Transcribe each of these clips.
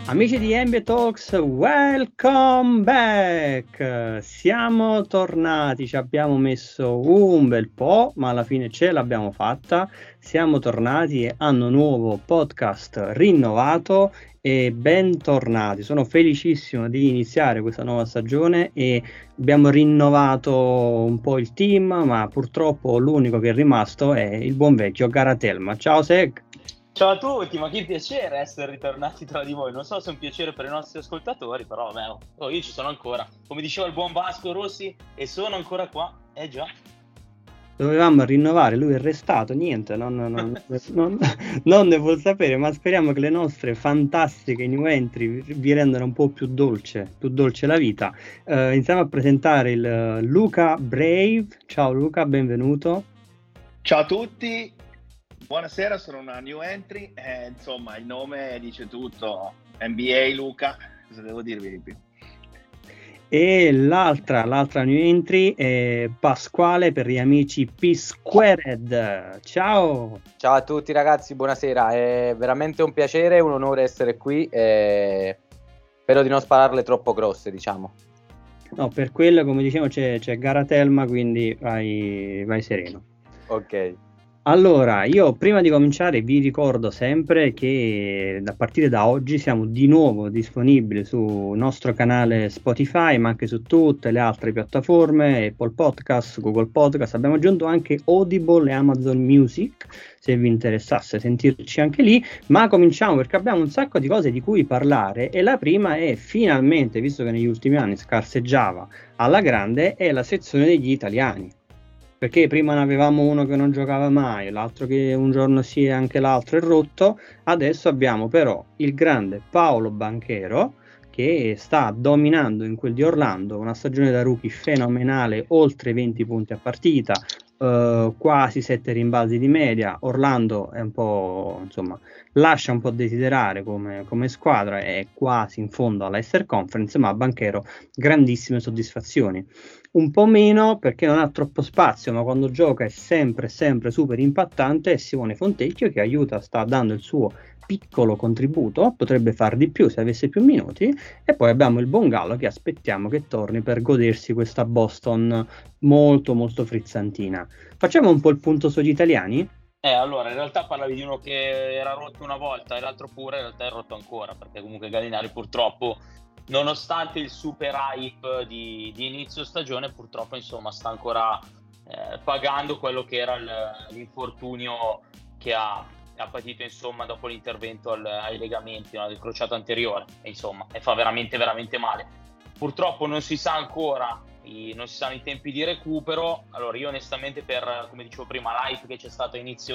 Amici di NBA Talks, welcome back! Siamo tornati, ci abbiamo messo un bel po', ma alla fine ce l'abbiamo fatta. Siamo tornati, anno nuovo, podcast rinnovato e bentornati. Sono felicissimo di iniziare questa nuova stagione e abbiamo rinnovato un po' il team, ma purtroppo l'unico che è rimasto è il buon vecchio Garatelma. Ciao Seg! Ciao a tutti, ma che piacere essere ritornati tra di voi. Non so se è un piacere per i nostri ascoltatori, però vabbè, io ci sono ancora. Come diceva il buon Vasco Rossi, e sono ancora qua. Già. Dovevamo rinnovare, lui è restato, niente, non ne vuol sapere, ma speriamo che le nostre fantastiche new entry vi rendano un po' più dolce la vita. Iniziamo a presentare il Luca Brave. Ciao Luca, benvenuto. Ciao a tutti. Buonasera, sono una new entry, insomma il nome dice tutto, NBA Luca, cosa devo dirvi di più? E l'altra new entry è Pasquale per gli amici P-Squared. Ciao! Ciao a tutti ragazzi, buonasera, è veramente un piacere, un onore essere qui e spero di non spararle troppo grosse, diciamo. No, per quello come dicevo c'è Garatelma, quindi vai sereno. Ok. Allora, io prima di cominciare vi ricordo sempre che a partire da oggi siamo di nuovo disponibili sul nostro canale Spotify, ma anche su tutte le altre piattaforme, Apple Podcast, Google Podcast, abbiamo aggiunto anche Audible e Amazon Music, se vi interessasse sentirci anche lì, ma cominciamo perché abbiamo un sacco di cose di cui parlare e la prima è finalmente, visto che negli ultimi anni scarseggiava alla grande, è la sezione degli italiani. Perché prima ne avevamo uno che non giocava mai, l'altro che un giorno sì e anche l'altro è rotto, adesso abbiamo però il grande Paolo Banchero che sta dominando in quel di Orlando, una stagione da rookie fenomenale, oltre 20 punti a partita, quasi 7 rimbalzi di media. Orlando è un po', insomma, lascia un po' desiderare come squadra, è quasi in fondo alla Eastern Conference, ma Banchero grandissime soddisfazioni. Un po' meno perché non ha troppo spazio, ma quando gioca è sempre super impattante, è Simone Fontecchio che sta dando il suo piccolo contributo, potrebbe far di più se avesse più minuti, e poi abbiamo il buon Gallo che aspettiamo che torni per godersi questa Boston molto frizzantina. Facciamo un po' il punto sugli italiani? Allora, in realtà parlavi di uno che era rotto una volta e l'altro pure, in realtà è rotto ancora, perché comunque Gallinari purtroppo, nonostante il super hype di inizio stagione, purtroppo insomma sta ancora pagando quello che era l'infortunio che ha patito insomma dopo l'intervento ai legamenti, no, del crociato anteriore, e insomma e fa veramente male. Purtroppo non si sa ancora, non si sanno i tempi di recupero. Allora io onestamente, per come dicevo prima, l'hype che c'è stato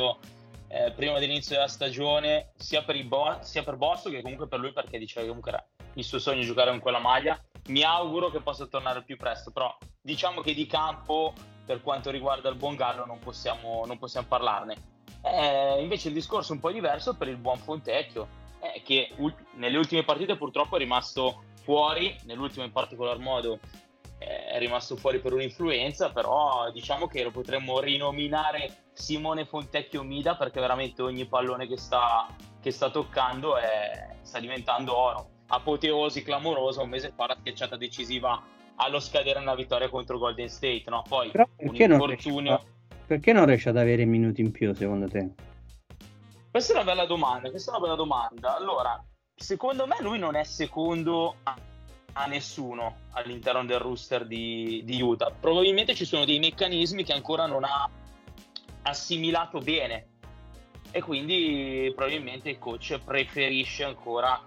prima dell'inizio della stagione, sia per Boston che comunque per lui, perché diceva che comunque era il suo sogno giocare con quella maglia, mi auguro che possa tornare al più presto, però diciamo che di campo, per quanto riguarda il buon Gallo, non possiamo parlarne. Invece il discorso è un po' diverso per il buon Fontecchio, che nelle ultime partite purtroppo è rimasto fuori, nell'ultimo in particolar modo è rimasto fuori per un'influenza, però diciamo che lo potremmo rinominare Simone Fontecchio Mida, perché veramente ogni pallone che sta toccando sta diventando oro. Apoteosi clamorosa un mese fa, la schiacciata decisiva allo scadere una vittoria contro Golden State, no? Poi un infortunio. Perché non riesce ad avere minuti in più, secondo te? Questa è una bella domanda. Allora, secondo me lui non è secondo a nessuno all'interno del roster di Utah. Probabilmente ci sono dei meccanismi che ancora non ha assimilato bene e quindi probabilmente il coach preferisce ancora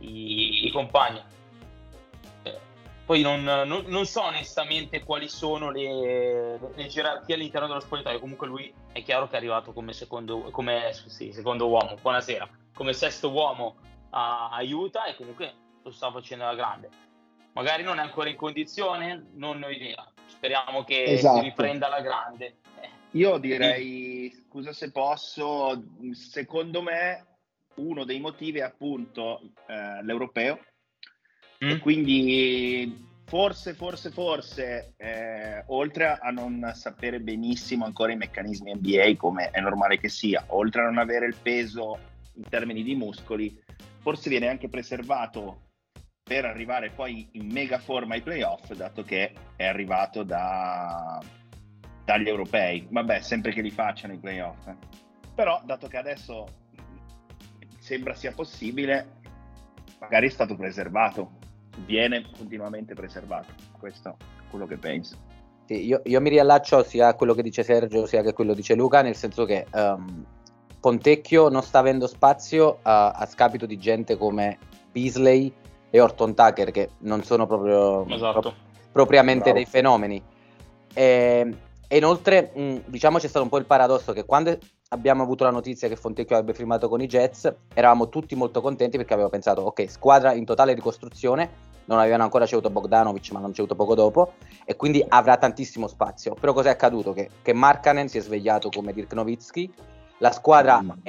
i compagni. Poi non so onestamente quali sono le gerarchie all'interno dello spogliatoio. Comunque lui è chiaro che è arrivato come secondo uomo, buonasera, come sesto uomo a Utah, e comunque lo sta facendo alla grande. Magari non è ancora in condizione, non ho idea. Speriamo che si riprenda alla grande. Io direi, scusa se posso, secondo me uno dei motivi è appunto l'europeo. E quindi forse oltre a non sapere benissimo ancora i meccanismi NBA, come è normale che sia, oltre a non avere il peso in termini di muscoli, forse viene anche preservato per arrivare poi in mega forma ai playoff, dato che è arrivato dagli europei. Vabbè, sempre che li facciano i playoff. Però, dato che adesso sembra sia possibile, magari è stato preservato, viene continuamente preservato. Questo è quello che penso. Sì, io mi riallaccio sia a quello che dice Sergio sia che quello che dice Luca, nel senso che Fontecchio non sta avendo spazio a scapito di gente come Beasley e Horton Tucker, che non sono proprio propriamente Bravo. dei fenomeni. E inoltre, diciamo, c'è stato un po' il paradosso che quando abbiamo avuto la notizia che Fontecchio avrebbe firmato con i Jets, eravamo tutti molto contenti perché avevo pensato, ok, squadra in totale ricostruzione, non avevano ancora ceduto Bogdanovic, ma l'hanno ceduto poco dopo, e quindi avrà tantissimo spazio. Però cos'è accaduto? Che Markkanen si è svegliato come Dirk Nowitzki, la squadra è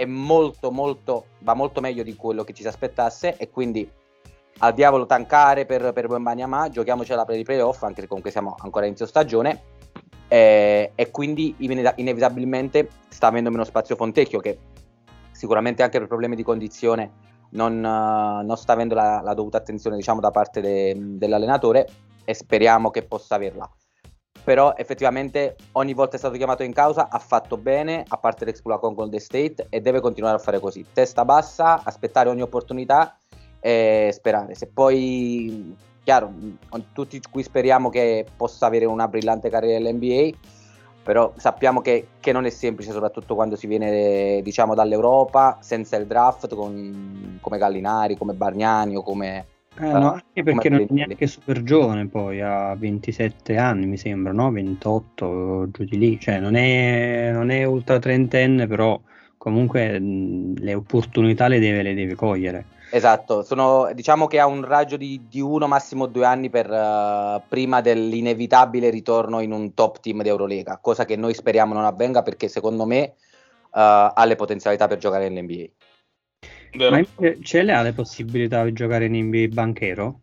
va molto meglio di quello che ci si aspettasse, e quindi al diavolo tankare per Wembanyama, giochiamocela per i playoff, anche se comunque siamo ancora a inizio stagione, e quindi inevitabilmente sta avendo meno spazio Fontecchio, che sicuramente anche per problemi di condizione non sta avendo la dovuta attenzione, diciamo, da parte dell'allenatore, e speriamo che possa averla. Però effettivamente ogni volta è stato chiamato in causa, ha fatto bene, a parte l'exploit con Golden State, e deve continuare a fare così, testa bassa, aspettare ogni opportunità e sperare. Se poi, chiaro, tutti qui speriamo che possa avere una brillante carriera nell'NBA, però sappiamo che non è semplice, soprattutto quando si viene, diciamo, dall'Europa senza il draft, come Gallinari, come Bargnani o come no, anche perché non è Bellinelli. neanche super giovane, poi ha 27 anni mi sembra, no? 28, giù di lì, cioè non è ultra trentenne, però comunque le opportunità le deve cogliere. Esatto, diciamo che ha un raggio di 1 massimo 2 anni prima dell'inevitabile ritorno in un top team di Eurolega, cosa che noi speriamo non avvenga, perché secondo me ha le potenzialità per giocare nell'NBA. Vero. Ma invece ce le ha le possibilità di giocare in NBA banchero?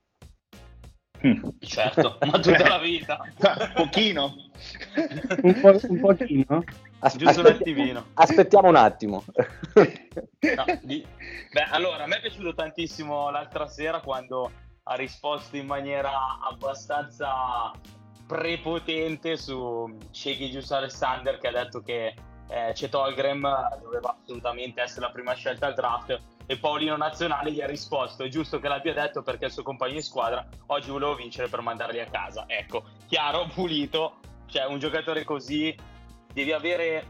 Certo, ma tutta la vita. Pochino. Un pochino? Giusto un attimino. Aspettiamo un attimo. No, beh, allora, a me è piaciuto tantissimo l'altra sera quando ha risposto in maniera abbastanza prepotente su Shai Gilgeous-Alexander, che ha detto che Chet Holmgren doveva assolutamente essere la prima scelta al draft, e Paolino Nazionale gli ha risposto: è giusto che l'abbia detto perché è il suo compagno di squadra, oggi volevo vincere per mandarli a casa. Ecco, chiaro, pulito. Cioè, un giocatore così devi avere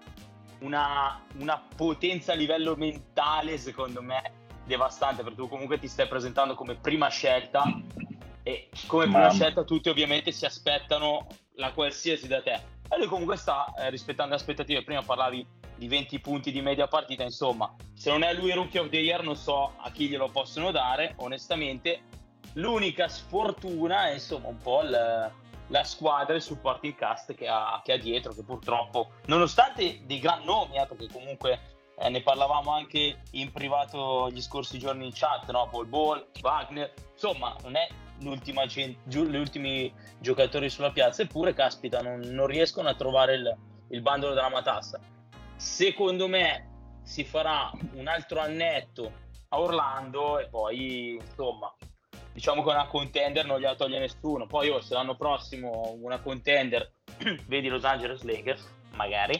una potenza a livello mentale, secondo me, devastante, perché tu comunque ti stai presentando come prima scelta, e come prima scelta tutti ovviamente si aspettano la qualsiasi da te, e lui comunque sta rispettando le aspettative. Prima parlavi di 20 punti di media partita, insomma, se non è lui Rookie of the Year non so a chi glielo possono dare, onestamente. L'unica sfortuna è insomma un po' la squadra, il supporting cast che ha dietro, che purtroppo, nonostante dei gran nomi, perché comunque ne parlavamo anche in privato gli scorsi giorni in chat, no? Paul Ball, Wagner, insomma non è gli ultimi giocatori sulla piazza, eppure caspita non riescono a trovare il bandolo della matassa. Secondo me si farà un altro annetto a Orlando e poi insomma diciamo che una contender non gliela toglie nessuno. Poi se l'anno prossimo una contender vedi Los Angeles Lakers magari,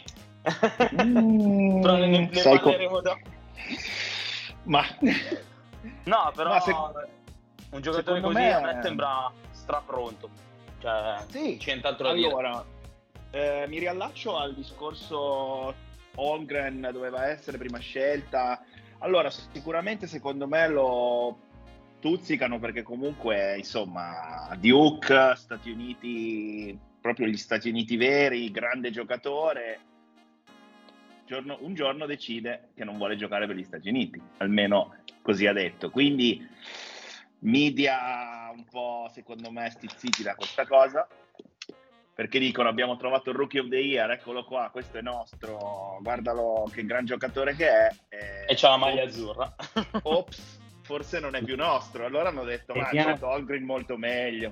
però ne parleremo dopo. Ma no, però un giocatore così me... a me sembra strapronto, cioè sì, c'ent'altro da dire. Allora mi riallaccio al discorso Holmgren doveva essere prima scelta. Allora sicuramente secondo me lo tuzzicano perché comunque insomma Duke, Stati Uniti, proprio gli Stati Uniti veri, grande giocatore, un giorno decide che non vuole giocare per gli Stati Uniti, almeno così ha detto, quindi media un po' secondo me stizziti da questa cosa, perché dicono abbiamo trovato il Rookie of the Year, eccolo qua, questo è nostro, guardalo che gran giocatore che è, e c'ha la maglia azzurra. Ops, forse non è più nostro. Allora hanno detto ma c'è Holmgren molto meglio,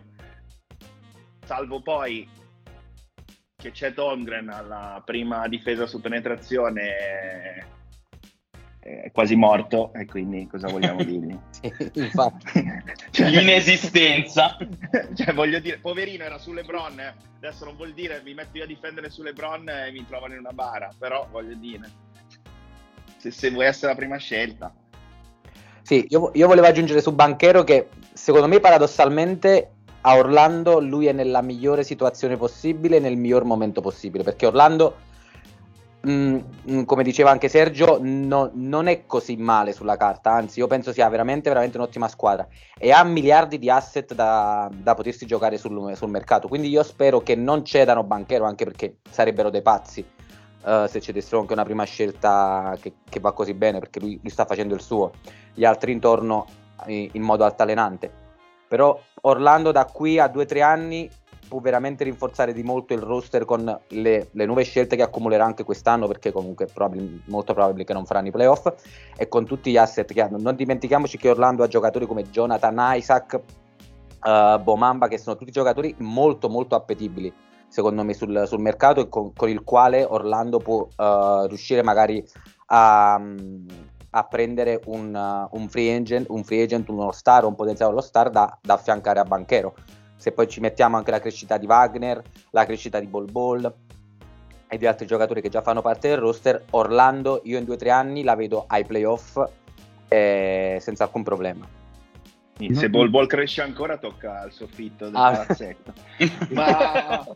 salvo poi che c'è Holmgren alla prima difesa su penetrazione è quasi morto, e quindi cosa vogliamo dirgli? Sì, infatti. Cioè, l'inesistenza. Cioè, voglio dire, poverino, era su LeBron, adesso non vuol dire mi metto io a difendere su LeBron e mi trovano in una bara, però voglio dire, se vuoi essere la prima scelta. Sì, io volevo aggiungere su Banchero che secondo me paradossalmente a Orlando lui è nella migliore situazione possibile, nel miglior momento possibile, perché Orlando, come diceva anche Sergio, non è così male sulla carta, anzi io penso sia veramente un'ottima squadra e ha miliardi di asset da potersi giocare sul mercato, quindi io spero che non cedano Banchero, anche perché sarebbero dei pazzi se cedessero anche una prima scelta che va così bene, perché lui sta facendo il suo, gli altri intorno in modo altalenante. Però Orlando da qui a 2-3 anni può veramente rinforzare di molto il roster con le nuove scelte che accumulerà anche quest'anno, perché comunque è molto probabile che non faranno i playoff, e con tutti gli asset che hanno. Non dimentichiamoci che Orlando ha giocatori come Jonathan Isaac, Bomamba, che sono tutti giocatori molto molto appetibili secondo me sul mercato, e con il quale Orlando può riuscire magari a prendere un free agent, uno star, un potenziale allo star da affiancare a Banchero. Se poi ci mettiamo anche la crescita di Wagner, la crescita di Bol e di altri giocatori che già fanno parte del roster, Orlando io in 2-3 anni la vedo ai playoff senza alcun problema. Se Bol cresce ancora tocca al soffitto del palazzetto. Ma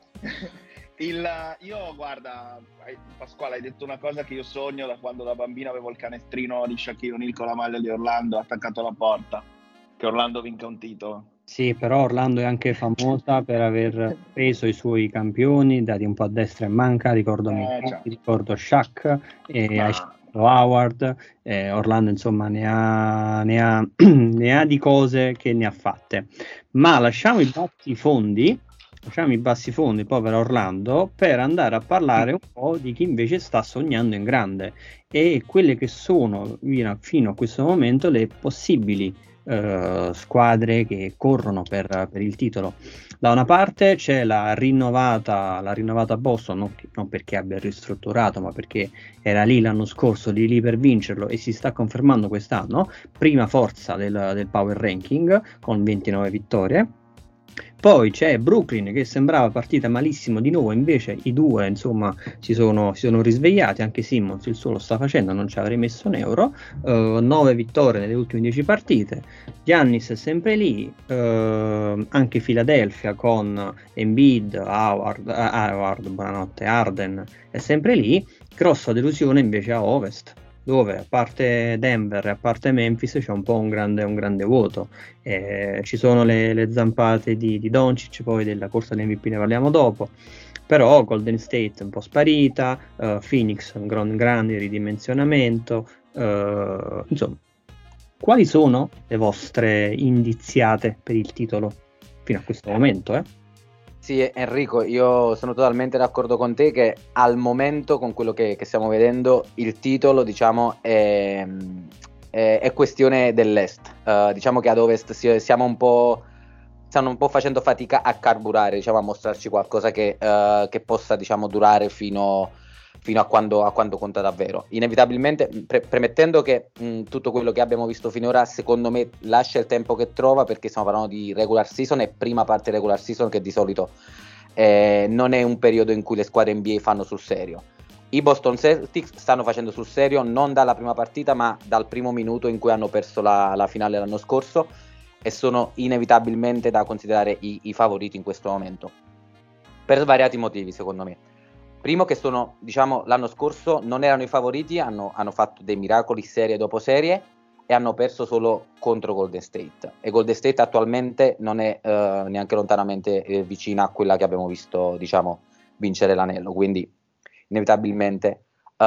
io guarda, Pasquale, hai detto una cosa che io sogno da quando da bambino avevo il canestrino di Shaquille O'Neal con la maglia di Orlando attaccato alla porta, che Orlando vinca un titolo. Sì, però Orlando è anche famosa per aver preso i suoi campioni, dati un po' a destra e manca, ricordo ricordo Shaq e Howard, Orlando insomma ne ha di cose che ne ha fatte. Ma lasciamo i bassi fondi poi per Orlando, per andare a parlare un po' di chi invece sta sognando in grande e quelle che sono fino a questo momento le possibili squadre che corrono per il titolo. Da una parte c'è la rinnovata Boston, non perché abbia ristrutturato, ma perché era lì l'anno scorso, lì per vincerlo, e si sta confermando quest'anno, prima forza del power ranking con 29 vittorie. Poi c'è Brooklyn che sembrava partita malissimo di nuovo, invece i due insomma si sono risvegliati, anche Simmons il suo lo sta facendo, non ci avrei messo un euro, 9 vittorie nelle ultime 10 partite, Giannis è sempre lì, anche Philadelphia con Embiid, Howard, buonanotte, Harden è sempre lì, grossa delusione invece a Ovest, dove a parte Denver e a parte Memphis c'è un po' un grande vuoto. Ci sono le zampate di Doncic, poi della corsa dell'MVP ne parliamo dopo, però Golden State un po' sparita, Phoenix un grande ridimensionamento, insomma, quali sono le vostre indiziate per il titolo fino a questo momento? Sì, Enrico, io sono totalmente d'accordo con te che al momento, con quello che stiamo vedendo, il titolo diciamo è questione dell'est. Diciamo che ad ovest stanno un po' facendo fatica a carburare, diciamo, a mostrarci qualcosa che possa, diciamo, durare fino a quando conta davvero. Inevitabilmente, premettendo che tutto quello che abbiamo visto finora secondo me lascia il tempo che trova, perché stiamo parlando di regular season e prima parte regular season, che di solito non è un periodo in cui le squadre NBA fanno sul serio. I Boston Celtics stanno facendo sul serio non dalla prima partita ma dal primo minuto in cui hanno perso la finale l'anno scorso, e sono inevitabilmente da considerare i favoriti in questo momento per svariati motivi, secondo me. Primo, che sono, diciamo, l'anno scorso non erano i favoriti, hanno fatto dei miracoli serie dopo serie e hanno perso solo contro Golden State, e Golden State attualmente non è neanche lontanamente vicina a quella che abbiamo visto, diciamo, vincere l'anello, quindi inevitabilmente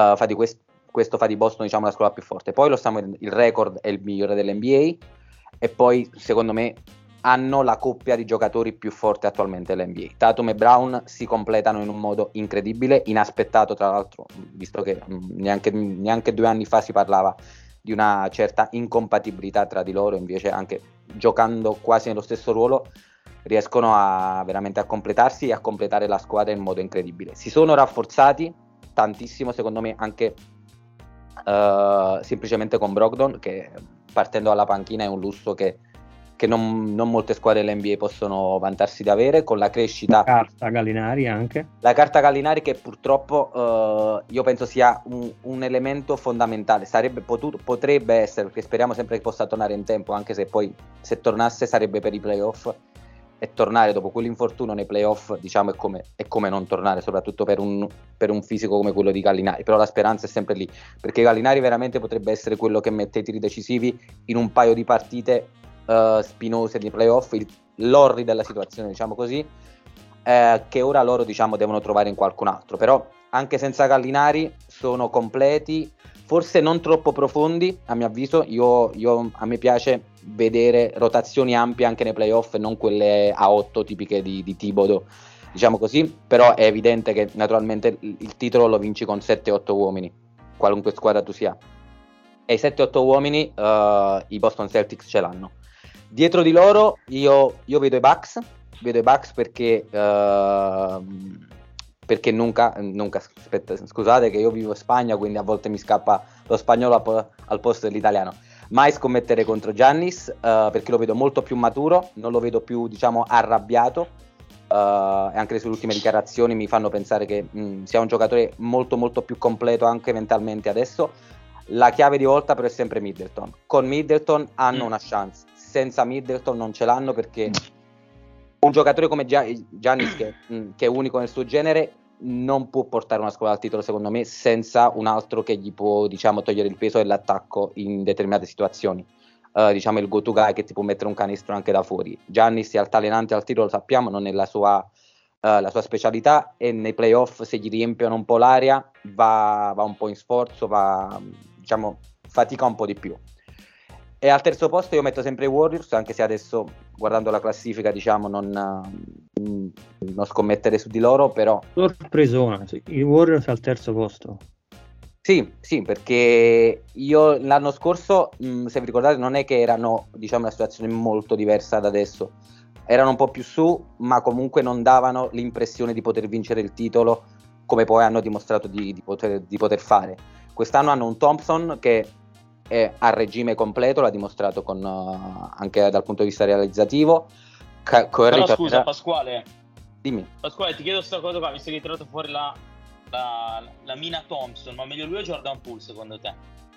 questo fa di Boston, diciamo, la squadra più forte. Poi il record è il migliore dell'NBA, e poi secondo me hanno la coppia di giocatori più forte attualmente dell'NBA. Tatum e Brown si completano in un modo incredibile, inaspettato tra l'altro, visto che neanche 2 anni fa si parlava di una certa incompatibilità tra di loro, invece anche giocando quasi nello stesso ruolo riescono veramente a completarsi e a completare la squadra in modo incredibile. Si sono rafforzati tantissimo, secondo me, anche semplicemente con Brogdon, che partendo dalla panchina è un lusso che non molte squadre dell'NBA possono vantarsi di avere, con la crescita. Carta Gallinari anche. La carta Gallinari, che purtroppo io penso sia un elemento fondamentale. Potrebbe essere, perché speriamo sempre che possa tornare in tempo, anche se poi se tornasse sarebbe per i playoff, e tornare dopo quell'infortunio nei playoff, diciamo, è come non tornare, soprattutto per un fisico come quello di Gallinari. Però la speranza è sempre lì, perché Gallinari veramente potrebbe essere quello che mette i tiri decisivi in un paio di partite spinose di playoff, l'orri della situazione, diciamo così, che ora loro, diciamo, devono trovare in qualcun altro. Però anche senza Gallinari sono completi, forse non troppo profondi a mio avviso. A me piace vedere rotazioni ampie anche nei playoff e non quelle a 8 tipiche di Thibodeau, diciamo così. Però è evidente che naturalmente il titolo lo vinci con 7-8 uomini, qualunque squadra tu sia, e i 7-8 uomini i Boston Celtics ce l'hanno. Dietro di loro io vedo i Bucks perché nunca aspetta, scusate che io vivo in Spagna, quindi a volte mi scappa lo spagnolo al posto dell'italiano. Mai scommettere contro Giannis, perché lo vedo molto più maturo, non lo vedo più, diciamo, arrabbiato, e anche le sue ultime dichiarazioni mi fanno pensare che sia un giocatore molto molto più completo anche mentalmente adesso. La chiave di volta però è sempre Middleton. Con Middleton hanno una chance, senza Middleton non ce l'hanno, perché un giocatore come Giannis che è unico nel suo genere non può portare una squadra al titolo, secondo me, senza un altro che gli può, diciamo, togliere il peso dell'attacco in determinate situazioni. Diciamo il go-to guy che ti può mettere un canestro anche da fuori. Giannis è altalenante al tiro, lo sappiamo, non è la sua specialità, e nei playoff se gli riempiono un po' l'aria va un po' in sforzo, diciamo, fatica un po' di più. E al terzo posto io metto sempre i Warriors, anche se adesso, guardando la classifica, diciamo, non scommettere su di loro, però... Sorpresona, i Warriors al terzo posto. Sì, perché io l'anno scorso, se vi ricordate, non è che erano, diciamo, una situazione molto diversa da adesso. Erano un po' più su, ma comunque non davano l'impressione di poter vincere il titolo, come poi hanno dimostrato di poter fare. Quest'anno hanno un Thompson che è a regime completo, l'ha dimostrato anche dal punto di vista realizzativo. Però scusa Pasquale, dimmi. Pasquale, ti chiedo questa cosa qua, visto che hai tirato fuori la mina Thompson, ma meglio lui o Jordan Poole secondo te?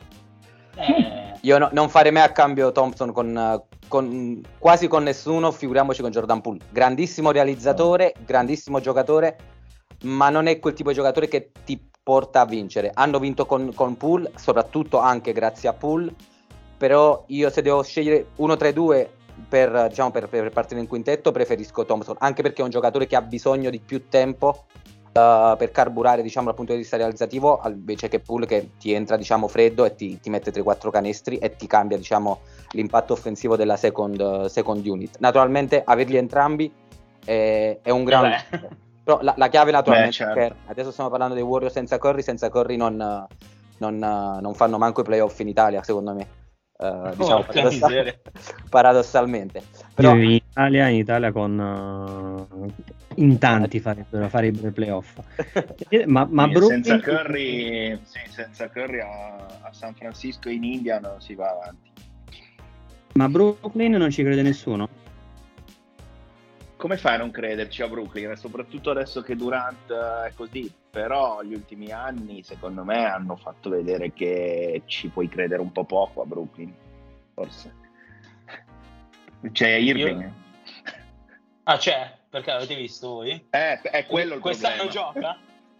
Io non farei mai a cambio Thompson quasi con nessuno, figuriamoci con Jordan Poole. Grandissimo realizzatore, grandissimo giocatore, ma non è quel tipo di giocatore che ti porta a vincere. Hanno vinto con Poole, soprattutto anche grazie a Poole, però io se devo scegliere uno tra i due per partire in quintetto preferisco Thompson, anche perché è un giocatore che ha bisogno di più tempo per carburare, diciamo, dal punto di vista realizzativo, invece che Poole che ti entra, diciamo, freddo e ti mette 3-4 canestri e ti cambia, diciamo, l'impatto offensivo della second unit. Naturalmente averli entrambi è un gran però la chiave naturalmente certo. Adesso stiamo parlando dei Warriors senza Curry non fanno manco i playoff in Italia, secondo me, diciamo, paradossalmente. Però in Italia con in tanti farebbero i playoff. ma Brooklyn... senza Curry a San Francisco in India non si va avanti. Ma Brooklyn non ci crede nessuno? Come fai a non crederci a Brooklyn? Soprattutto adesso che Durant è così. Però gli ultimi anni, secondo me, hanno fatto vedere che ci puoi credere un po' poco a Brooklyn. Forse. C'è Irving. C'è? Perché l'avete visto voi? È quello il quest'anno problema. Gioca?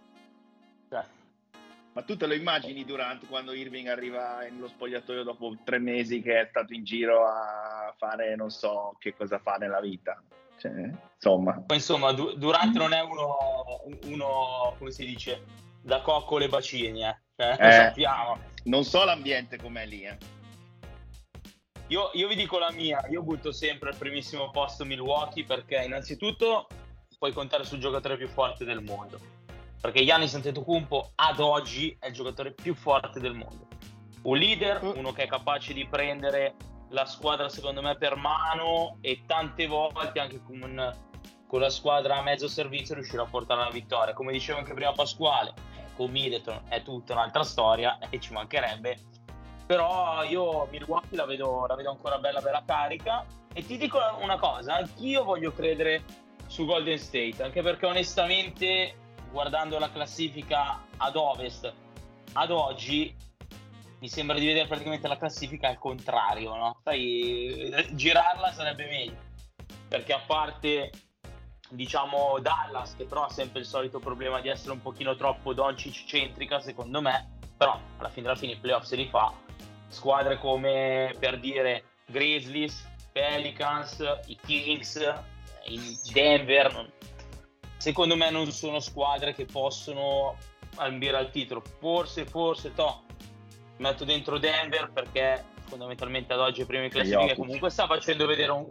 Ma tu te lo immagini Durant quando Irving arriva nello spogliatoio dopo 3 mesi che è stato in giro a fare non so che cosa fa nella vita? Cioè, insomma Durant non è uno come si dice, da coccole e bacini, lo sappiamo. Non so l'ambiente com'è lì, Io vi dico la mia, io butto sempre al primissimo posto Milwaukee, perché innanzitutto puoi contare sul giocatore più forte del mondo, perché Giannis Antetokounmpo ad oggi è il giocatore più forte del mondo, un leader, uno che è capace di prendere la squadra secondo me per mano e tante volte anche con la squadra a mezzo servizio riuscirà a portare alla vittoria, come diceva anche prima Pasquale. con Middleton è tutta un'altra storia e ci mancherebbe, però io Milwaukee la vedo ancora bella carica, e ti dico una cosa, anch'io voglio credere su Golden State, anche perché onestamente guardando la classifica ad ovest ad oggi mi sembra di vedere praticamente la classifica al contrario, no? Sai, girarla sarebbe meglio, perché a parte diciamo Dallas, che però ha sempre il solito problema di essere un pochino troppo Doncic centrica secondo me, però alla fine della fine i playoff se li fa. Squadre come, per dire, Grizzlies, Pelicans, i Kings, in Denver, secondo me non sono squadre che possono ambire al titolo. Forse metto dentro Denver, perché fondamentalmente ad oggi è primo in classifica, comunque sta facendo vedere un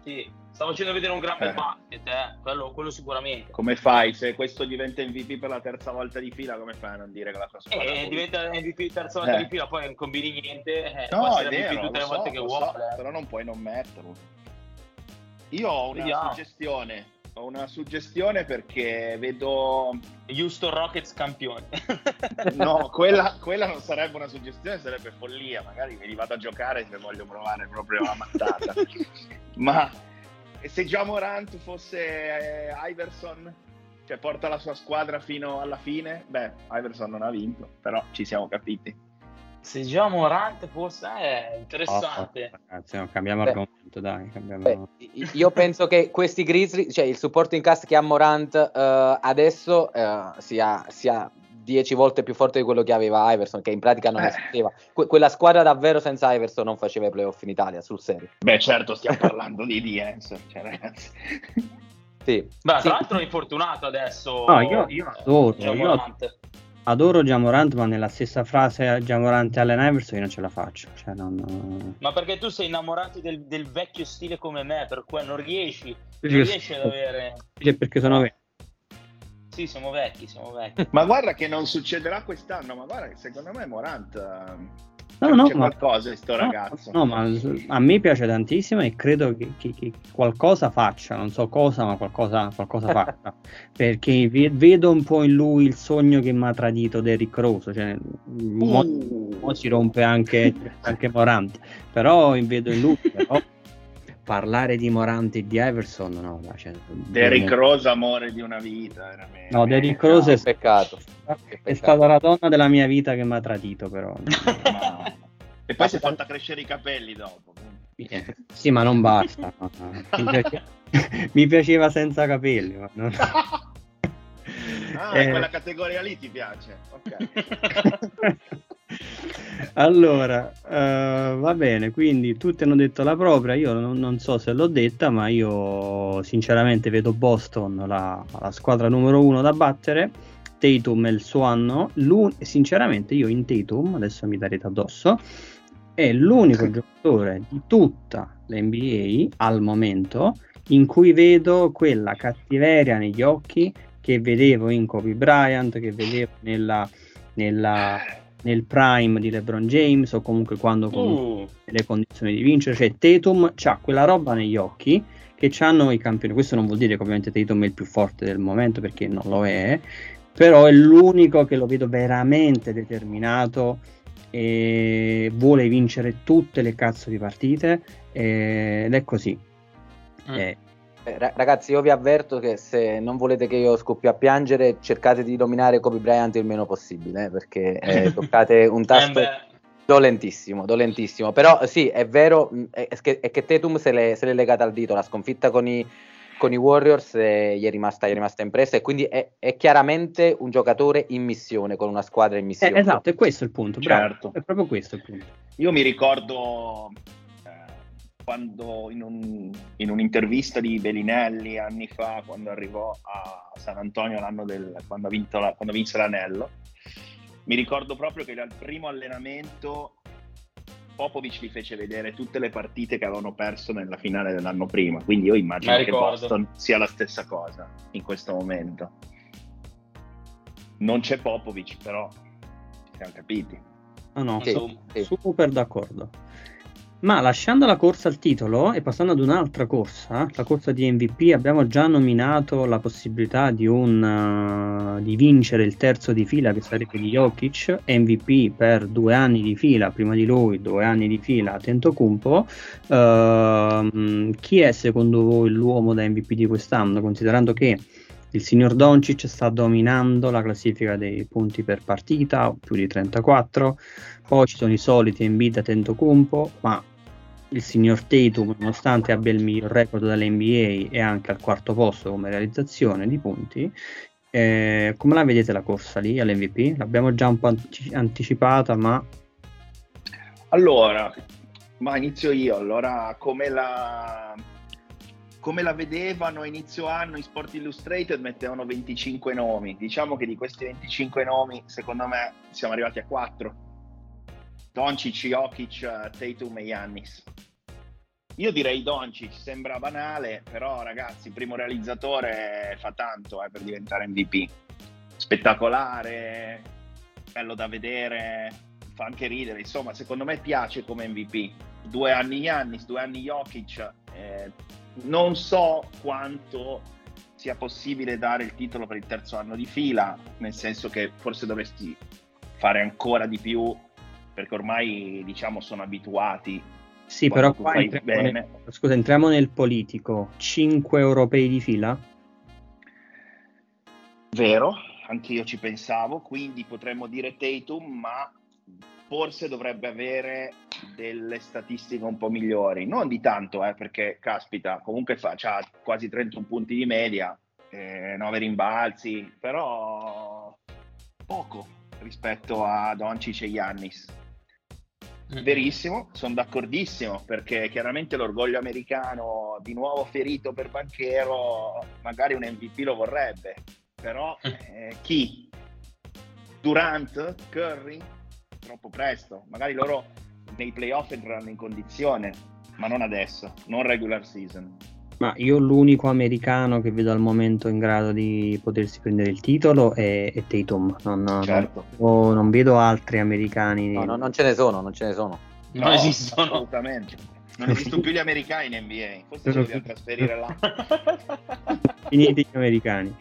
gran bel basket, quello sicuramente. Come fai, se questo diventa MVP per la terza volta di fila, come fai a non dire che la sua squadra diventa MVP terza volta di fila, poi non combini niente, no, può è essere vero, MVP tutte le volte che vuole. Però non puoi non metterlo. Io ho una suggestione perché vedo Houston Rockets campione. No, quella non sarebbe una suggestione, sarebbe follia. Magari me li vado a giocare se voglio provare proprio la mattata. Ma se Ja Morant fosse Iverson, cioè porta la sua squadra fino alla fine, Iverson non ha vinto, però ci siamo capiti. Se Ja Morant fosse interessante. Ragazzi, no, cambiamo argomento, dai. Io penso che questi Grizzlies, cioè il supporting cast che ha Morant adesso sia 10 volte più forte di quello che aveva Iverson, che in pratica non esisteva. Quella squadra davvero senza Iverson non faceva i playoff in Italia, sul serio. Certo, stiamo parlando di D'Angelo, cioè ragazzi. Sì. Tra l'altro è infortunato adesso. No, io adoro Ja Morant, ma nella stessa frase Ja Morant e Allen Iverson io non ce la faccio. Cioè, Ma perché tu sei innamorato del vecchio stile come me, per cui non riesci ad avere. Perché sono vecchio. Sì, siamo vecchi. Ma guarda che non succederà quest'anno, ma guarda che secondo me Morant c'è qualcosa di sto ragazzo. No, ma a me piace tantissimo e credo che qualcosa faccia, non so cosa, ma qualcosa faccia, perché vedo un po' in lui il sogno che mi ha tradito Derrick Rose, cioè mo si rompe anche Morant, però vedo in lui, però parlare di Morant e di Iverson, no, cioè, Derrick Rose, amore di una vita, veramente. No, Derrick Rose è peccato. È stata la donna della mia vita che mi ha tradito, però. E poi si è fatta crescere i capelli dopo. Sì, ma non basta. Mi piaceva senza capelli. Ma non... quella categoria lì ti piace. Ok. Allora, va bene, quindi tutti hanno detto la propria, io non so se l'ho detta, ma io sinceramente vedo Boston la squadra numero 1 da battere. Tatum è il suo anno, sinceramente io in Tatum, adesso mi darete addosso, è l'unico giocatore di tutta l'NBA al momento in cui vedo quella cattiveria negli occhi che vedevo in Kobe Bryant, che vedevo nel prime di LeBron James, o comunque quando nelle condizioni di vincere. Cioè Tatum c'ha quella roba negli occhi che c'hanno i campioni. Questo non vuol dire che ovviamente Tatum è il più forte del momento, perché non lo è, però è l'unico che lo vedo veramente determinato e vuole vincere tutte le cazzo di partite, ed è così. Ragazzi, io vi avverto che se non volete che io scoppi a piangere, cercate di nominare Kobe Bryant il meno possibile, perché toccate un tasto dolentissimo. Però sì, è vero, è che Tatum se l'è legata al dito. La sconfitta con i Warriors gli è rimasta impressa, e quindi è chiaramente un giocatore in missione, con una squadra in missione. Esatto, è questo il punto, bravo. Certo. È proprio questo il punto. Io mi ricordo quando in un'intervista di Bellinelli anni fa, quando arrivò a San Antonio quando vinse l'anello, mi ricordo proprio che al primo allenamento Popovic gli fece vedere tutte le partite che avevano perso nella finale dell'anno prima, quindi io immagino che Boston sia la stessa cosa in questo momento. Non c'è Popovic, però ci siamo capiti. No, super d'accordo. Ma lasciando la corsa al titolo e passando ad un'altra corsa, la corsa di MVP, abbiamo già nominato la possibilità di vincere il terzo di fila, che sarebbe di Jokic, MVP per 2 anni di fila, prima di lui 2 anni di fila Antetokounmpo. Chi è secondo voi l'uomo da MVP di quest'anno, considerando che il signor Doncic sta dominando la classifica dei punti per partita, più di 34, poi ci sono i soliti Embiid, Antetokounmpo, ma il signor Tatum, nonostante abbia il miglior record dell'NBA e anche al quarto posto come realizzazione di punti, come la vedete la corsa lì all'MVP? L'abbiamo già un po' anticipata, ma... Allora, ma inizio io. Allora, come la vedevano a inizio anno in Sport Illustrated, mettevano 25 nomi. Diciamo che di questi 25 nomi, secondo me, siamo arrivati a 4. Doncic, Jokic, Tatum e Giannis. Io direi Doncic, sembra banale, però ragazzi, il primo realizzatore fa tanto per diventare MVP. Spettacolare, bello da vedere, fa anche ridere, insomma, secondo me piace come MVP. 2 anni Giannis, 2 anni Jokic, non so quanto sia possibile dare il titolo per il terzo anno di fila, nel senso che forse dovresti fare ancora di più, perché ormai diciamo sono abituati. Sì, però qua entriamo nel politico. 5 europei di fila? Vero, anch'io ci pensavo, quindi potremmo dire Tatum, ma forse dovrebbe avere delle statistiche un po' migliori, non di tanto, perché caspita, comunque c'ha quasi 31 punti di media, 9 rimbalzi, però poco rispetto a Doncic e Giannis. Verissimo, sono d'accordissimo, perché chiaramente l'orgoglio americano di nuovo ferito per Banchero, magari un MVP lo vorrebbe, però chi? Durant? Curry? Troppo presto, magari loro nei playoff entreranno in condizione, ma non adesso, non regular season. Ma io l'unico americano che vedo al momento in grado di potersi prendere il titolo è Tatum, Certo. non vedo altri americani. No, non ce ne sono. Non esistono. Assolutamente. Non esistono più gli americani in NBA, forse ci dobbiamo trasferire là. Finiti gli americani.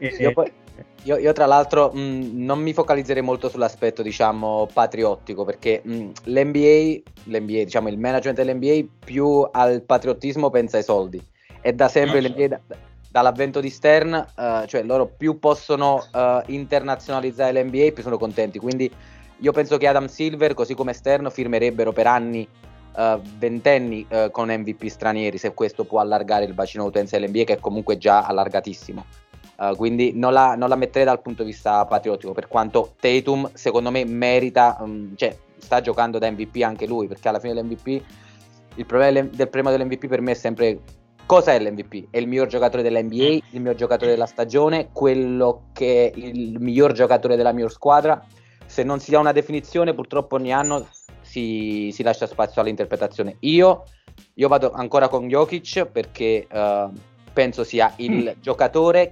Io tra l'altro non mi focalizzerei molto sull'aspetto, diciamo, patriottico, perché l'NBA, diciamo, il management dell'NBA più al patriottismo pensa ai soldi, e da sempre l'NBA dall'avvento di Stern, cioè loro più possono internazionalizzare l'NBA più sono contenti, quindi io penso che Adam Silver, così come Stern, firmerebbero per anni, ventenni, con MVP stranieri, se questo può allargare il bacino utenza dell'NBA, che è comunque già allargatissimo. Quindi non la metterei dal punto di vista patriottico, per quanto Tatum secondo me merita, cioè sta giocando da MVP anche lui, perché alla fine l'MVP, il problema del premio dell'MVP per me è sempre: cosa è l'MVP? È il miglior giocatore dell'NBA, il miglior giocatore della stagione, quello che è il miglior giocatore della miglior squadra. Se non si dà una definizione, purtroppo ogni anno si lascia spazio all'interpretazione. Io vado ancora con Jokic, perché penso sia il giocatore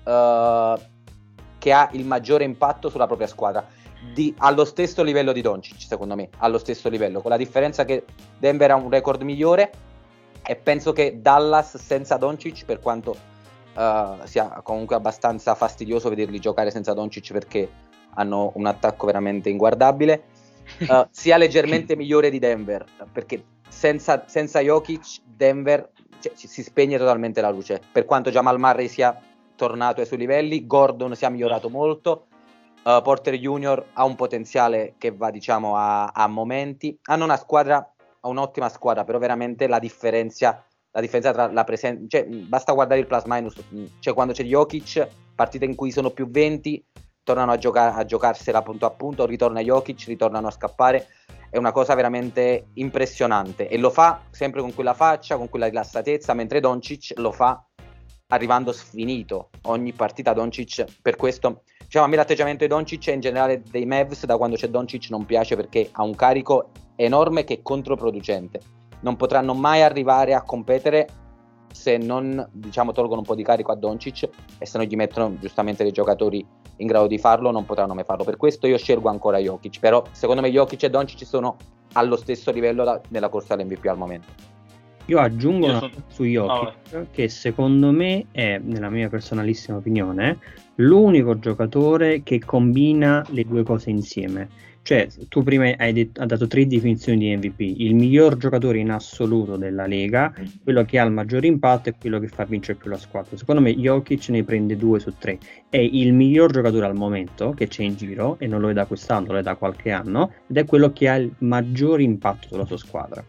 che ha il maggiore impatto sulla propria squadra, allo stesso livello di Doncic, secondo me, allo stesso livello, con la differenza che Denver ha un record migliore, e penso che Dallas senza Doncic, per quanto sia comunque abbastanza fastidioso vederli giocare senza Doncic, perché hanno un attacco veramente inguardabile, sia leggermente migliore di Denver, perché senza Jokic Denver, cioè, si spegne totalmente la luce, per quanto Jamal Murray sia tornato ai suoi livelli, Gordon si è migliorato molto, Porter Junior ha un potenziale che va, diciamo, a momenti, hanno un'ottima squadra, però veramente la differenza tra la presenza, cioè basta guardare il plus minus, cioè quando c'è Jokic, partite in cui sono più 20, tornano a giocarsela punto a punto, ritorna Jokic, ritornano a scappare, è una cosa veramente impressionante, e lo fa sempre con quella faccia, con quella rilassatezza, mentre Doncic lo fa arrivando sfinito ogni partita. Doncic, per questo, diciamo, a me l'atteggiamento di Doncic e in generale dei Mavs da quando c'è Doncic non piace, perché ha un carico enorme che è controproducente. Non potranno mai arrivare a competere se non, diciamo, tolgono un po' di carico a Doncic, e se non gli mettono giustamente dei giocatori in grado di farlo non potranno mai farlo. Per questo io scelgo ancora Jokic, però secondo me Jokic e Doncic sono allo stesso livello nella corsa all'MVP al momento. Io aggiungo una cosa su Jokic, che secondo me è, nella mia personalissima opinione, l'unico giocatore che combina le due cose insieme. Cioè, tu prima hai dato 3 definizioni di MVP: il miglior giocatore in assoluto della Lega, quello che ha il maggior impatto e quello che fa vincere più la squadra. Secondo me Jokic ne prende 2 su 3. È il miglior giocatore al momento che c'è in giro, e non lo è da quest'anno, lo è da qualche anno, ed è quello che ha il maggior impatto sulla sua squadra.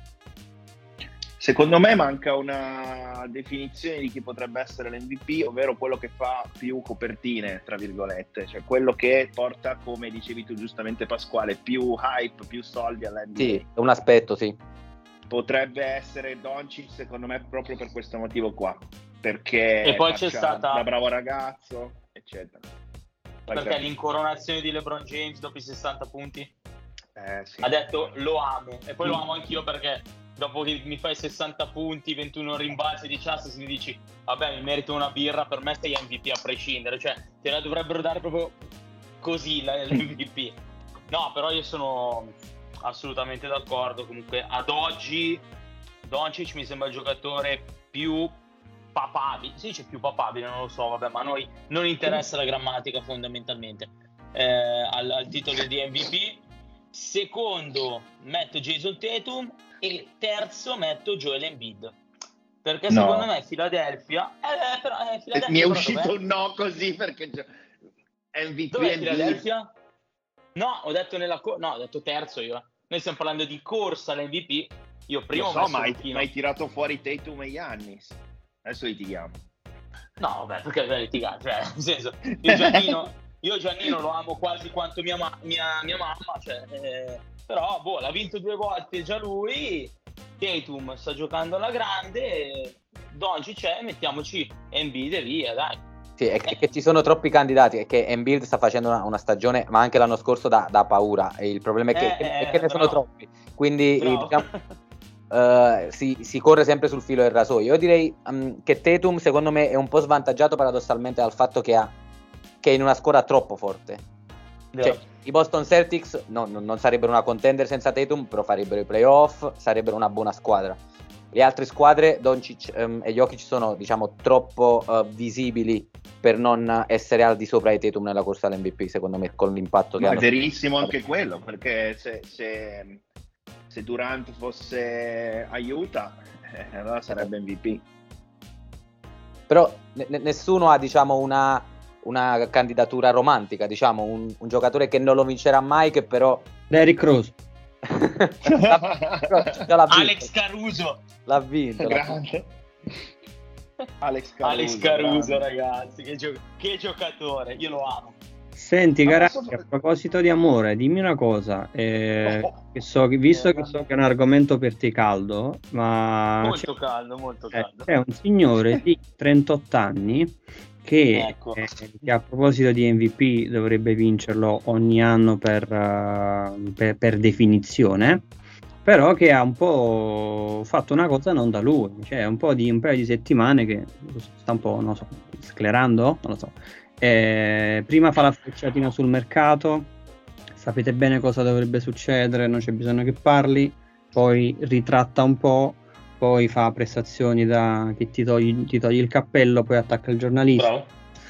Secondo me manca una definizione di chi potrebbe essere l'MVP, ovvero quello che fa più copertine, tra virgolette, cioè quello che porta, come dicevi tu giustamente Pasquale, più hype, più soldi all'NBA. Sì, è un aspetto, sì. Potrebbe essere Doncic, secondo me, proprio per questo motivo qua, perché e poi c'è stata da bravo ragazzo, eccetera. Perché l'incoronazione di LeBron James dopo i 60 punti sì. Ha detto lo amo, e poi lo amo anch'io, perché dopo che mi fai 60 punti, 21 rimbalzi, 10 assist, mi dici vabbè, mi merito una birra, per me sei MVP a prescindere, cioè te la dovrebbero dare proprio così l'MVP. No, però io sono assolutamente d'accordo. Comunque ad oggi Doncic mi sembra il giocatore più papabile, si dice più papabile, non lo so, vabbè, ma a noi non interessa la grammatica fondamentalmente, al titolo di MVP. Secondo metto Jason Tatum e terzo metto Joel Embiid, perché secondo me Philadelphia, Philadelphia mi è uscito un no così, perché MVP. Dov'è Philadelphia? No, ho detto ho detto terzo io. Noi stiamo parlando di corsa all'MVP. Io prima ma hai tirato fuori Tatum e Giannis. Adesso litighiamo. No, vabbè, perché deve litigare, cioè, nel senso, io Giannino lo amo quasi quanto mia mamma, cioè, però l'ha vinto 2 volte già lui. Tatum sta giocando alla grande, Doncic c'è, mettiamoci Embiid e via, dai. Sì, è che ci sono troppi candidati, è che Embiid sta facendo una stagione, ma anche l'anno scorso da paura, e il problema è che ne sono troppi, quindi diciamo, si corre sempre sul filo del rasoio. Io direi che Tatum secondo me è un po' svantaggiato paradossalmente dal fatto che è in una squadra troppo forte. Cioè, i Boston Celtics non sarebbero una contender senza Tatum, però farebbero i playoff, sarebbero una buona squadra. Le altre squadre, Doncic e Jokic, sono diciamo troppo visibili per non essere al di sopra di Tatum nella corsa all'MVP, secondo me, con l'impatto che hanno. È verissimo anche quello, perché se Durant fosse aiuta, allora sarebbe MVP. Però nessuno ha diciamo una candidatura romantica, diciamo un giocatore che non lo vincerà mai, che però Derrick Rose. Alex Caruso l'ha vinto. Grande. Alex Caruso, ragazzi, che giocatore, io lo amo. Senti Garazzi, a proposito di amore, dimmi una cosa, visto che so che è un argomento per te caldo, ma molto caldo. C'è un signore di 38 anni che a proposito di MVP dovrebbe vincerlo ogni anno per definizione, però che ha un po' fatto una cosa non da lui, cioè un paio di settimane che sta un po', non so, sclerando, non lo so. Prima fa la frecciatina sul mercato, sapete bene cosa dovrebbe succedere, non c'è bisogno che parli, poi ritratta un po', poi fa prestazioni che ti togli il cappello, poi attacca il giornalista.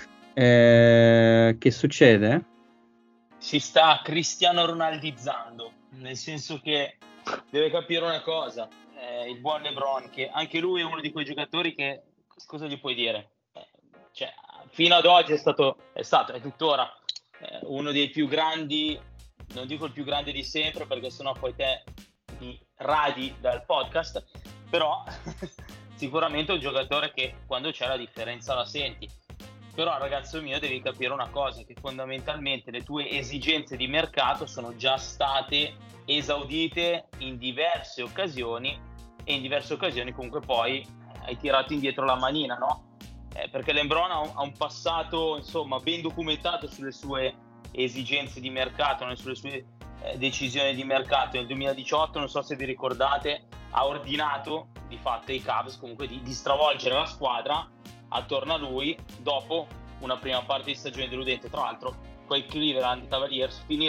Che succede? Si sta Cristiano Ronaldizzando, nel senso che deve capire una cosa, il buon LeBron, che anche lui è uno di quei giocatori che cosa gli puoi dire? Cioè, fino ad oggi è tuttora uno dei più grandi, non dico il più grande di sempre, perché sennò poi te mi radi dal podcast, però sicuramente è un giocatore che quando c'è la differenza la senti. Però ragazzo mio, devi capire una cosa, che fondamentalmente le tue esigenze di mercato sono già state esaudite in diverse occasioni, e in diverse occasioni comunque poi hai tirato indietro la manina, no? Perché LeBron ha un passato insomma ben documentato sulle sue esigenze di mercato, sulle sue decisioni di mercato. Nel 2018, non so se vi ricordate, ha ordinato di fatto ai Cavs comunque di stravolgere la squadra attorno a lui dopo una prima parte di stagione deludente. Tra l'altro quei Cleveland Cavaliers finirono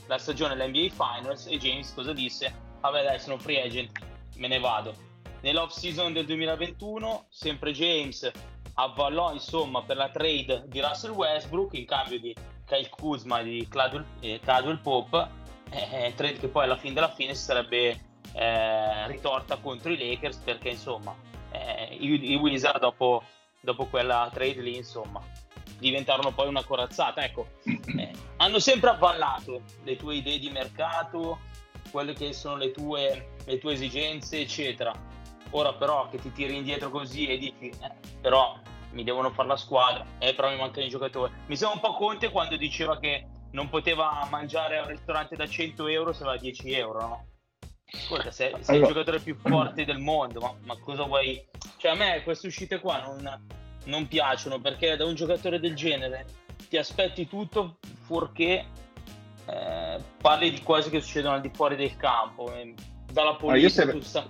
la stagione dell'NBA Finals e James cosa disse? Vabbè dai, sono free agent, me ne vado. Nell'off season del 2021 sempre James avvallò insomma per la trade di Russell Westbrook in cambio di Kyle Kuzma e di Caldwell Pope, trade che poi alla fine della fine si sarebbe ritorta contro i Lakers, perché insomma i Wizards dopo quella trade lì insomma diventarono poi una corazzata. Ecco, hanno sempre avvallato le tue idee di mercato, quelle che sono le tue esigenze eccetera. Ora però che ti tiri indietro così e dici però mi devono fare la squadra, però mi mancano i giocatori. Mi sembra un po' Conte quando diceva che non poteva mangiare al ristorante da 100 euro se aveva 10 euro, no? Ascolta, sei il giocatore più forte del mondo, ma cosa vuoi? Cioè a me queste uscite qua non piacciono, perché da un giocatore del genere ti aspetti tutto fuorché parli di cose che succedono al di fuori del campo, dalla politica.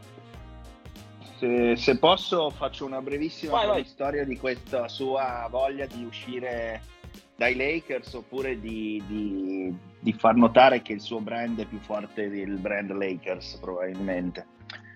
Se posso faccio una brevissima storia di questa sua voglia di uscire dai Lakers, oppure di far notare che il suo brand è più forte del brand Lakers probabilmente.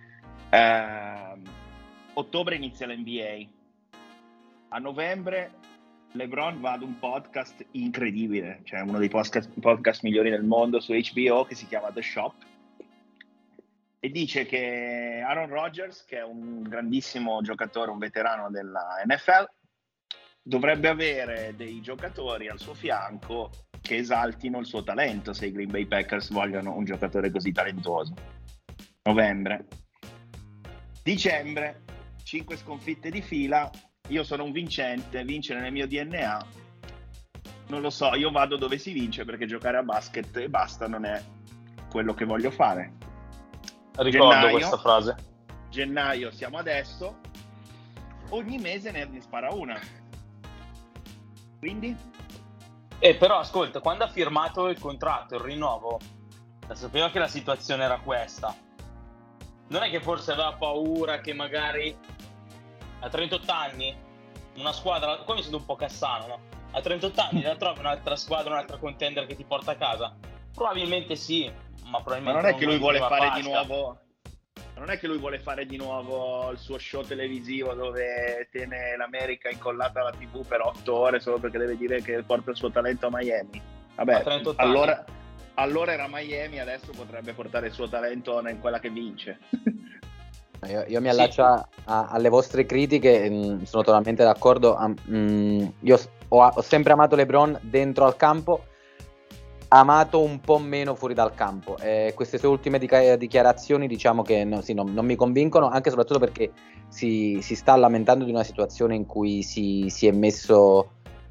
Ottobre inizia l'NBA, a novembre LeBron va ad un podcast incredibile, cioè uno dei podcast migliori del mondo su HBO, che si chiama The Shop, e dice che Aaron Rodgers, che è un grandissimo giocatore, un veterano della NFL, dovrebbe avere dei giocatori al suo fianco che esaltino il suo talento, se i Green Bay Packers vogliono un giocatore così talentuoso. Novembre. Dicembre, 5 sconfitte di fila, io sono un vincente, vincere nel mio DNA, non lo so, io vado dove si vince, perché giocare a basket e basta non è quello che voglio fare. Ricordo questa frase. Gennaio siamo adesso, ogni mese ne spara una. Quindi? Però ascolta, quando ha firmato il contratto, il rinnovo, sapeva che la situazione era questa. Non è che forse aveva paura che magari a 38 anni una squadra, qua mi sento un po' Cassano, no? A 38 anni la trovi un'altra squadra, un'altra contender che ti porta a casa? Probabilmente sì, ma probabilmente non è che lui vuole fare pasta. Di nuovo. Non è che lui vuole fare di nuovo il suo show televisivo dove tiene l'America incollata alla TV per 8 ore solo perché deve dire che porta il suo talento a Miami. Vabbè, allora era Miami, adesso potrebbe portare il suo talento in quella che vince. Io mi allaccio alle vostre critiche, sono totalmente d'accordo. Io ho sempre amato LeBron dentro al campo, amato un po' meno fuori dal campo. Queste sue ultime dichiarazioni diciamo che non mi convincono, anche e soprattutto perché si sta lamentando di una situazione in cui si è messo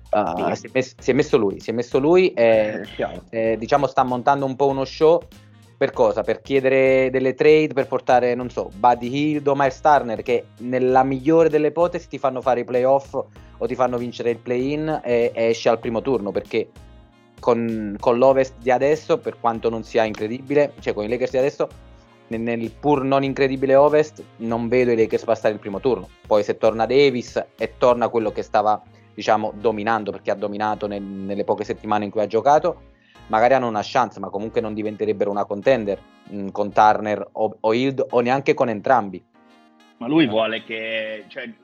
lui e diciamo sta montando un po' uno show. Per cosa? Per chiedere delle trade, per portare, non so, Buddy Hield o Miles Turner, che nella migliore delle ipotesi ti fanno fare i playoff o ti fanno vincere il play-in e esci al primo turno, perché con l'Ovest di adesso, per quanto non sia incredibile, cioè con i Lakers di adesso, nel pur non incredibile Ovest, non vedo i Lakers passare il primo turno. Poi se torna Davis e torna quello che stava, diciamo, dominando, perché ha dominato nelle poche settimane in cui ha giocato, magari hanno una chance, ma comunque non diventerebbero una contender con Turner o Hield, o neanche con entrambi. Ma lui vuole che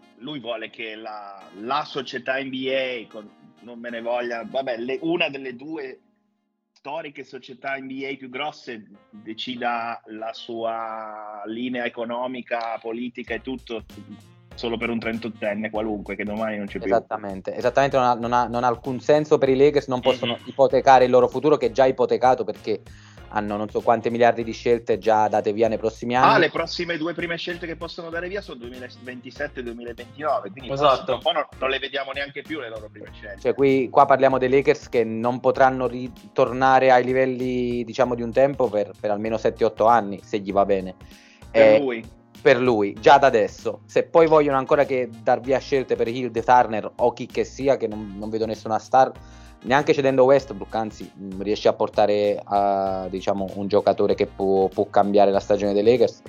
la società NBA, non me ne voglia, vabbè, una delle due storiche società NBA più grosse decida la sua linea economica, politica e tutto solo per un 38enne qualunque che domani non c'è più. Esattamente, non ha alcun senso per i Lakers, non possono ipotecare il loro futuro, che è già ipotecato perché hanno non so quante miliardi di scelte già date via nei prossimi anni. Le prossime due prime scelte che possono dare via sono 2027 e 2029, quindi esatto. un po' non le vediamo neanche più le loro prime scelte. Cioè qua parliamo dei Lakers che non potranno ritornare ai livelli, diciamo, di un tempo per almeno 7-8 anni, se gli va bene. Per lui, già da adesso. Se poi vogliono ancora che dar via scelte per Hield, Turner o chi che sia, che non vedo nessuna star, neanche cedendo Westbrook, anzi riesce a portare diciamo un giocatore che può cambiare la stagione dei Lakers,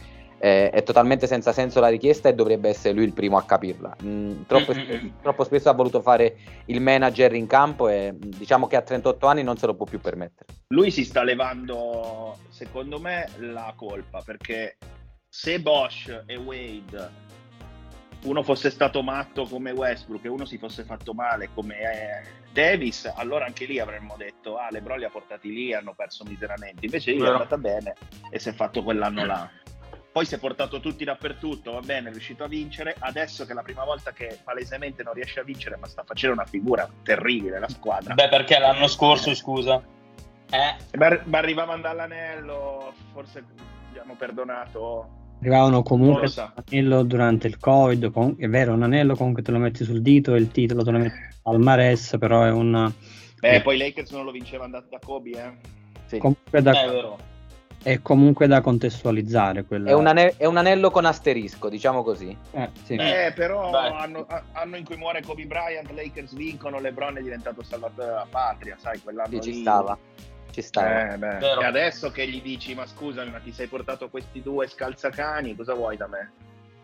È totalmente senza senso la richiesta e dovrebbe essere lui il primo a capirla. Troppo spesso ha voluto fare il manager in campo e diciamo che a 38 anni non se lo può più permettere. Lui si sta levando, secondo me, la colpa, perché se Bosch e Wade, uno fosse stato matto come Westbrook e uno si fosse fatto male come Davis, allora anche lì avremmo detto LeBron li ha portati lì, hanno perso miseramente. Invece gli è andata bene e si è fatto quell'anno là. Poi si è portato tutti dappertutto, va bene, è riuscito a vincere. Adesso che è la prima volta che palesemente non riesce a vincere, ma sta facendo una figura terribile la squadra. Beh, perché l'anno scorso, scusa. Ma arrivavano dall'anello, forse gli hanno perdonato. Arrivavano comunque l'anello durante il Covid, è vero, un anello comunque te lo metti sul dito e il titolo te lo metti al Mares, però è un... poi Lakers non lo vincevano da Kobe, Sì. Comunque è comunque da contestualizzare. È un anello con asterisco, diciamo così. Sì. Però anno in cui muore Kobe Bryant, Lakers vincono, LeBron è diventato salvatore della patria, sai, quell'anno Ci lì. Ci stava. E adesso che gli dici, ma scusami, ma ti sei portato questi due scalzacani, cosa vuoi da me?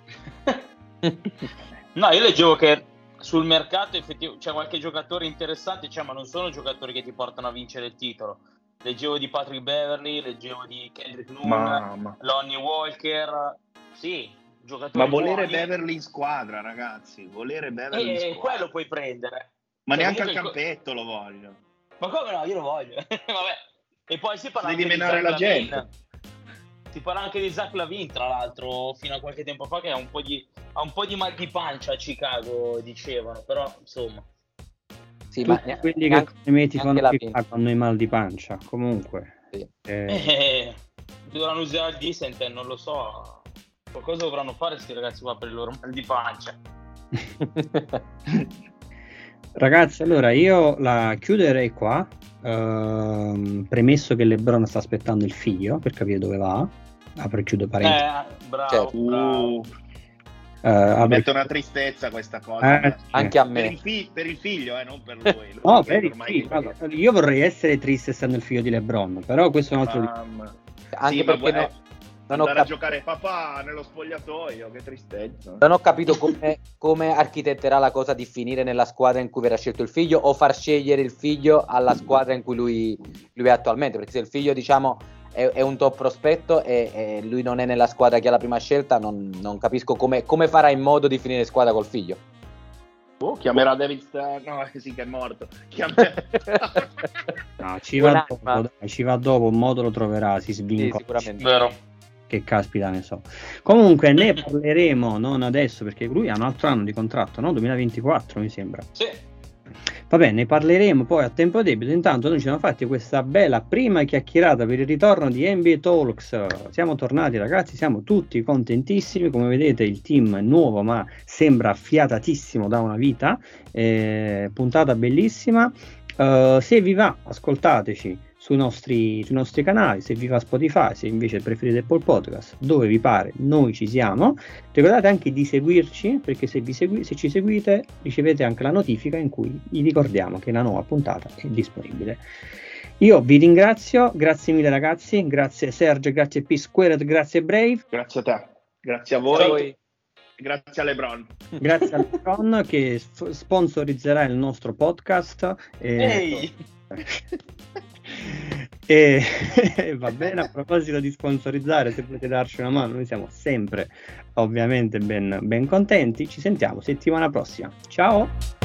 No, io leggevo che sul mercato effettivamente c'è qualche giocatore interessante, ma non sono giocatori che ti portano a vincere il titolo. Leggevo di Patrick Beverly, leggevo di Kendrick Nunn, Lonnie Walker, sì, giocatori ma volere buoni. Beverly in squadra, ragazzi, volere Beverly in squadra. Quello puoi prendere. Ma neanche al campetto lo voglio. Ma come no, io lo voglio. Vabbè. E poi si parla devi anche menare di la gente. Si parla anche di Zach LaVine, tra l'altro, fino a qualche tempo fa, che ha un po' di mal di pancia a Chicago, dicevano, però insomma. Sì, ma quelli che metti fanno i mal di pancia, comunque. Sì. Dovranno usare il Dissent, non lo so. Qualcosa dovranno fare questi ragazzi qua per il loro mal di pancia. Ragazzi, allora io la chiuderei qua, premesso che LeBron sta aspettando il figlio per capire dove va. Apro e chiudo parentesi. Bravo. Mette una tristezza questa cosa, anche a me. Per il figlio, non per lui. No, per il figlio. Allora, io vorrei essere triste essendo il figlio di LeBron, però questo è un altro anche perché non ho a giocare papà nello spogliatoio, che tristezza. Non ho capito come architetterà la cosa di finire nella squadra in cui verrà scelto il figlio o far scegliere il figlio alla squadra in cui lui è attualmente, perché se il figlio, diciamo, è un top prospetto e lui non è nella squadra che ha la prima scelta, non capisco come farà in modo di finire squadra col figlio. Chiamerà David Stern, no, sì che è morto. No, ci va dopo, un modo lo troverà, si svincola. Sì, sicuramente. Vero. Che caspita ne so. Comunque ne parleremo, non adesso, perché lui ha un altro anno di contratto, no? 2024 mi sembra. Sì. Va bene, ne parleremo poi a tempo debito. Intanto noi ci siamo fatti questa bella prima chiacchierata per il ritorno di NBA Talks. Siamo tornati, ragazzi, siamo tutti contentissimi. Come vedete il team è nuovo, ma sembra affiatatissimo da una vita. Puntata bellissima. Se vi va, ascoltateci sui nostri canali, se vi va Spotify, se invece preferite Apple Podcast, dove vi pare, noi ci siamo. Ricordate anche di seguirci, perché se ci seguite ricevete anche la notifica in cui vi ricordiamo che la nuova puntata è disponibile. Io vi ringrazio, grazie mille ragazzi, grazie Sergio, grazie P-Squared, grazie Brave. Grazie a te, grazie a voi. Grazie a LeBron. Grazie a LeBron che sponsorizzerà il nostro podcast. E va bene, a proposito di sponsorizzare, se volete darci una mano, noi siamo sempre ovviamente ben contenti. Ci sentiamo settimana prossima. Ciao!